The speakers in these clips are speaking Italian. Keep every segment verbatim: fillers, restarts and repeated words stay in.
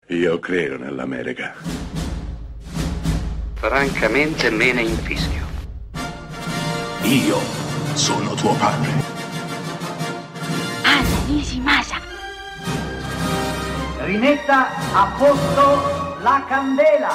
Io credo nell'America. Francamente me ne infischio. Io sono tuo padre. Anna Nishimasa. Rimetta a posto la candela.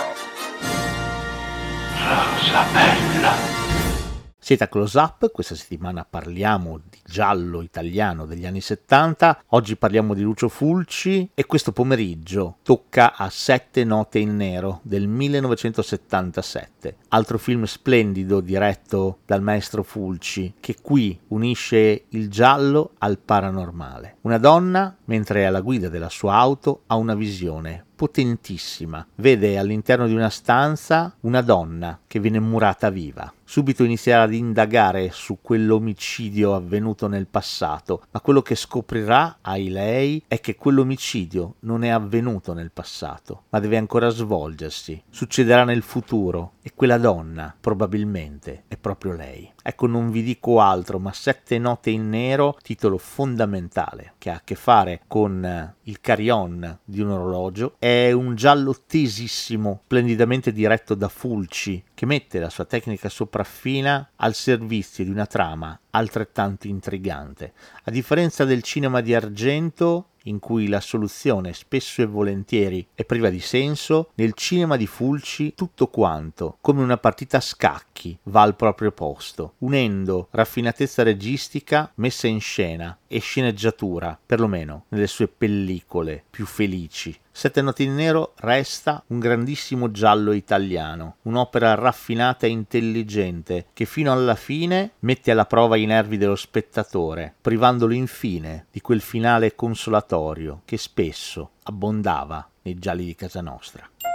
Rosa bella. Siete a Close Up, questa settimana parliamo di giallo italiano degli anni settanta, oggi parliamo di Lucio Fulci e questo pomeriggio tocca a Sette note in nero del millenovecentosettantasette, altro film splendido diretto dal maestro Fulci che qui unisce il giallo al paranormale. Una donna, mentre è alla guida della sua auto, ha una visione potentissima, vede all'interno di una stanza una donna che viene murata viva. Subito inizierà ad indagare su quell'omicidio avvenuto nel passato, ma quello che scoprirà, ai lei, è che quell'omicidio non è avvenuto nel passato, ma deve ancora svolgersi, succederà nel futuro e quella donna probabilmente è proprio lei. Ecco, non vi dico altro, ma Sette note in nero, titolo fondamentale che ha a che fare con il carillon di un orologio, è un giallo tesissimo, splendidamente diretto da Fulci, che mette la sua tecnica sopraffina al servizio di una trama altrettanto intrigante. A differenza del cinema di argento, in cui la soluzione spesso e volentieri è priva di senso, nel cinema di Fulci tutto quanto, come una partita a scacchi, va al proprio posto, unendo raffinatezza registica, messa in scena e sceneggiatura, perlomeno nelle sue pellicole più felici. Sette note in nero resta un grandissimo giallo italiano, un'opera raffinata e intelligente che fino alla fine mette alla prova i nervi dello spettatore, privandolo infine di quel finale consolatorio che spesso abbondava nei gialli di casa nostra.